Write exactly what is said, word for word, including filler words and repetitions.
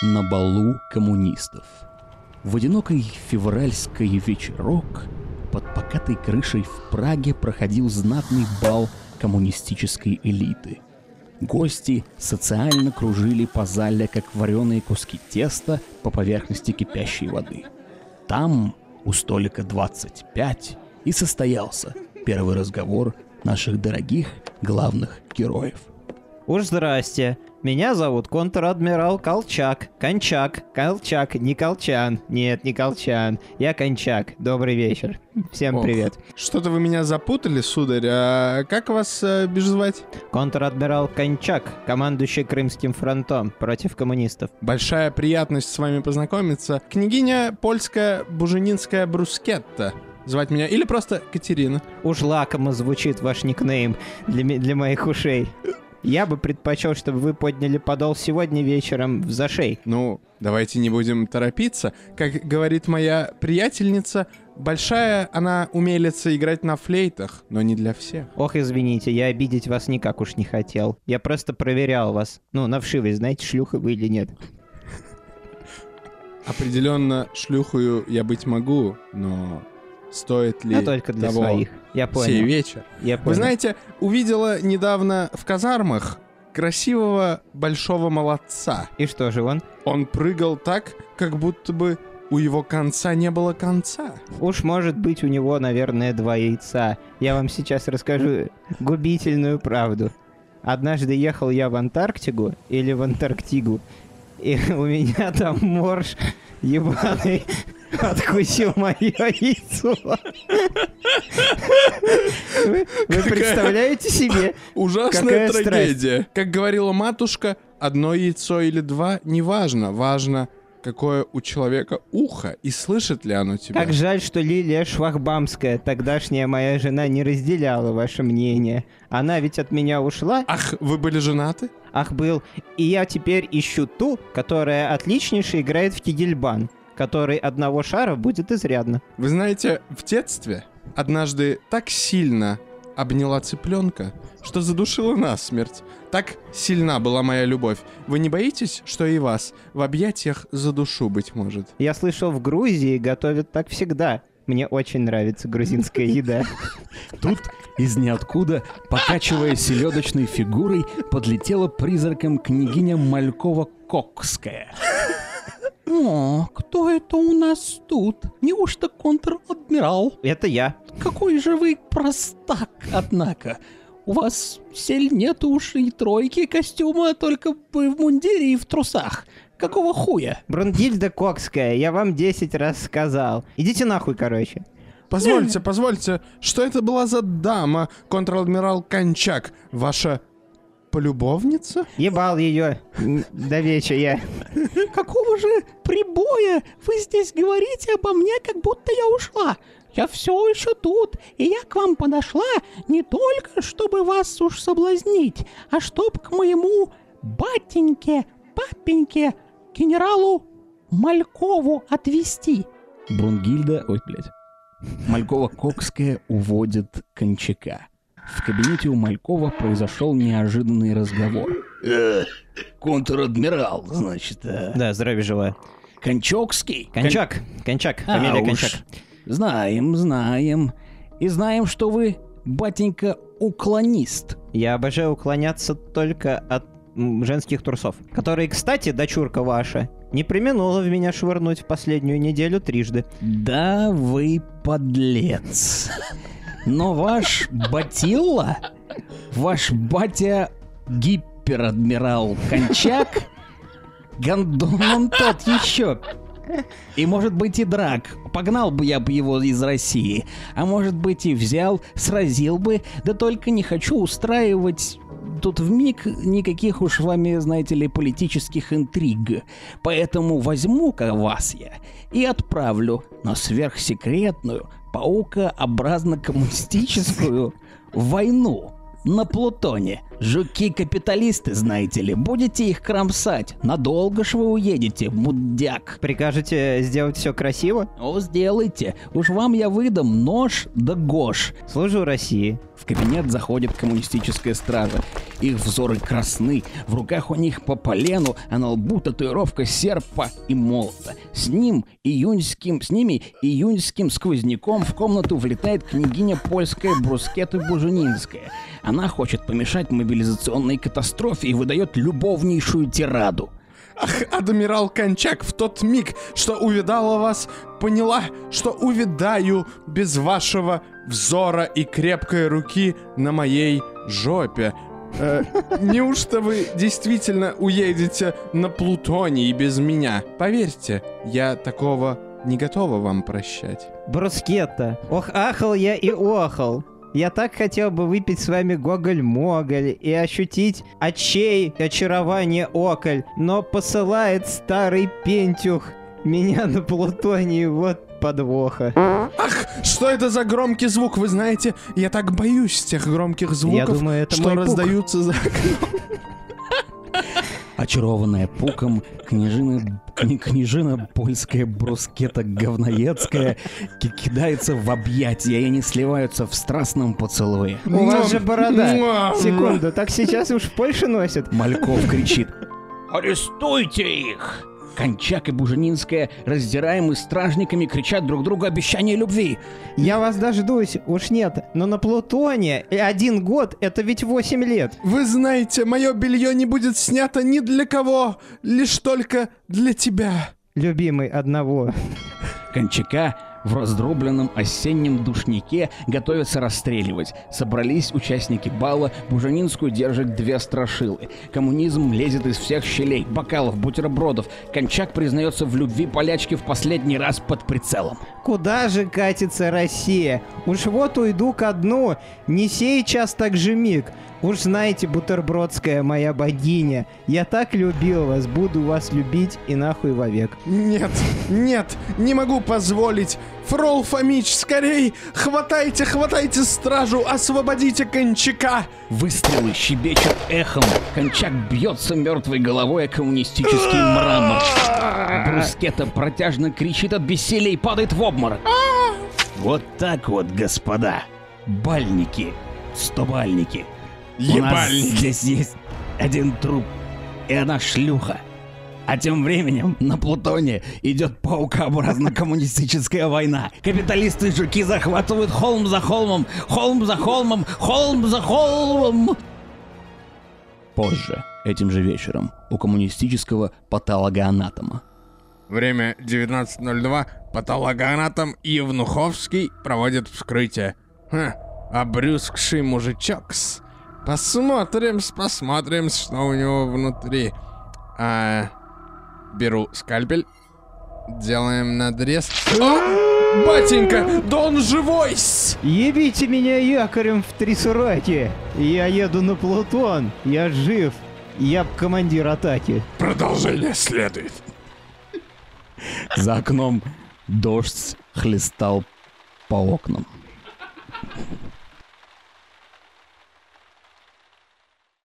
на балу коммунистов. В одинокий февральский вечерок под покатой крышей в Праге проходил знатный бал коммунистической элиты. Гости социально кружили по зале, как вареные куски теста по поверхности кипящей воды. Там, у столика двадцать пять, и состоялся первый разговор наших дорогих главных героев. Уж здрасте. Меня зовут контр-адмирал Колчак. Кончак. Колчак, не Колчан. Нет, не Колчан. Я Кончак. Добрый вечер. Всем Ох, привет. Что-то вы меня запутали, сударь. А как вас э, бишь звать? Контр-адмирал Кончак, командующий Крымским фронтом против коммунистов. Большая приятность с вами познакомиться. Княгиня польская Буженинская Брускетта. Звать меня или просто Катерина. Уж лакомо звучит ваш никнейм для, ми- для моих ушей. Я бы предпочел, чтобы вы подняли подол сегодня вечером в зашей. Ну, давайте не будем торопиться. Как говорит моя приятельница, большая она умелица играть на флейтах, но не для всех. Ох, извините, я обидеть вас никак уж не хотел. Я просто проверял вас. Ну, на вшивость, знаете, шлюха вы или нет. Определенно шлюхою я быть могу, но стоит ли А только для того своих. Я понял. сей вечер? Я понял. Вы знаете, увидела недавно в казармах красивого большого молодца. И что же он? Он прыгал так, как будто бы у его конца не было конца. Уж может быть у него, наверное, два яйца. Я вам сейчас расскажу губительную правду. Однажды ехал я в Антарктику или в Антарктигу, и у меня там морж ебаный откусил мое яйцо. Вы, вы представляете себе? Ужасная Какая трагедия. Страсть. Как говорила матушка, одно яйцо или два не важно. Важно, какое у человека ухо и слышит ли оно тебя. Как жаль, что Лилия Швахбамская, тогдашняя моя жена, не разделяла ваше мнение. Она ведь от меня ушла. Ах, вы были женаты? Ах, был. И я теперь ищу ту, которая отличнейше играет в тигельбан, который одного шара будет изрядно. Вы знаете, в детстве однажды так сильно обняла цыпленка, что задушила насмерть. Так сильна была моя любовь. Вы не боитесь, что и вас в объятиях задушу, быть может? Я слышал, в Грузии готовят так всегда. Мне очень нравится грузинская еда. Тут из ниоткуда, покачивая селедочной фигурой, подлетела призраком княгиня Малькова-Кокская. «О, кто это у нас тут? Неужто контр-адмирал? Это я. Какой же вы простак, однако. У вас сель нет уж и тройки костюма, только вы в мундире и в трусах. Какого хуя?» Брунгильда Кокская, я вам десять раз сказал. Идите нахуй, короче. Позвольте, позвольте, что это была за дама, контр-адмирал Кончак? Ваша полюбовница? Ебал ее до вечера я. Какого же прибоя вы здесь говорите обо мне, как будто я ушла? Я все еще тут, и я к вам подошла не только, чтобы вас уж соблазнить, а чтоб к моему батеньке, папеньке, генералу Малькову отвезти. Брунгильда, ой, блядь, Малькова-Кокская уводит Кончака. В кабинете у Малькова произошел неожиданный разговор. Э, контр-адмирал, значит. А... Да, здравия желаю. Кончокский? Кончак, Кончак, фамилия а, Кончак. Знаем, знаем. И знаем, что вы, батенька, уклонист. Я обожаю уклоняться только от м, женских трусов. Которые, кстати, дочурка ваша, не преминула в меня швырнуть в последнюю неделю трижды. Да вы подлец. Но ваш батилла, ваш батя гиперадмирал Кончак, гондон он тот еще. И может быть и драк. Погнал бы я бы его из России. А может быть и взял, сразил бы. Да только не хочу устраивать тут вмиг никаких уж вами, знаете ли, политических интриг. Поэтому возьму-ка вас я и отправлю на сверхсекретную, паукообразно-коммунистическую войну на Плутоне. Жуки-капиталисты, знаете ли, будете их кромсать. Надолго ж вы уедете, мудяк. Прикажете сделать все красиво? О, сделайте. Уж вам я выдам нож да гош. Служу России. В кабинет заходит коммунистическая стража. Их взоры красны, в руках у них по полену, а на лбу татуировка серпа и молота. С ним июньским, с ними июньским сквозняком в комнату влетает княгиня польская Брускета-Буженинская. Она хочет помешать мобилизационной катастрофе и выдает любовнейшую тираду. Ах, адмирал Кончак, в тот миг, что увидала вас, поняла, что увидаю без вашего взора и крепкой руки на моей жопе. Э, неужто вы действительно уедете на Плутоний без меня? Поверьте, я такого не готова вам прощать. Брускетта. Ох, ахал я и охал. Я так хотел бы выпить с вами гоголь-моголь и ощутить очей очарование околь, но посылает старый пентюх меня на Плутонии, вот подвоха. Ах, что это за громкий звук? Вы знаете, я так боюсь тех громких звуков, Я думаю, это что мой пук. раздаются за окном. Очарованная пуком, княжина, кни- княжина польская Брускета говноедская ки- кидается в объятия, и они сливаются в страстном поцелуе. У вас же борода. Муа. Секунду, так сейчас уж в Польше носят. Мальков кричит: «Арестуйте их!» Кончак и Буженинская, раздираемые стражниками, кричат друг другу обещание любви. Я вас дождусь, уж нет, но на Плутоне и один год — это ведь восемь лет. Вы знаете, мое белье не будет снято ни для кого, лишь только для тебя. Любимый одного. Кончака в раздробленном осеннем душнике готовятся расстреливать. Собрались участники бала, Буженинскую держат две страшилы. Коммунизм лезет из всех щелей, бокалов, бутербродов. Кончак признается в любви полячки в последний раз под прицелом. Куда же катится Россия? Уж вот уйду ко дну, не сей час так же миг. Уж знаете, бутербродская моя богиня, я так любил вас, буду вас любить и нахуй вовек. Нет, нет, не могу позволить. Фрол Фомич, скорей! Хватайте, хватайте стражу, освободите Кончака! Выстрелы щебечут эхом. Кончак бьется мертвой головой о коммунистический мрамор. Брускета протяжно кричит от бессилия и падает в обморок. Вот так вот, господа. Бальники. Стобальники. У нас Ебальники. здесь есть один труп и одна шлюха. А тем временем на Плутоне идет паукообразно-коммунистическая война. Капиталисты и жуки захватывают холм за холмом, холм за холмом, холм за холмом. Позже, этим же вечером, у коммунистического патологоанатома. Время девятнадцать ноль два. Патологоанатом Евнуховский проводит вскрытие. Ха, обрюзгший мужичок-с. Посмотрим, посмотрим, что у него внутри. А, беру скальпель. Делаем надрез. О, батенька, да он живой-с! Ебите меня якорем в три сроки. Я еду на Плутон, я жив, я командир атаки. Продолжение следует. За окном дождь хлестал по окнам.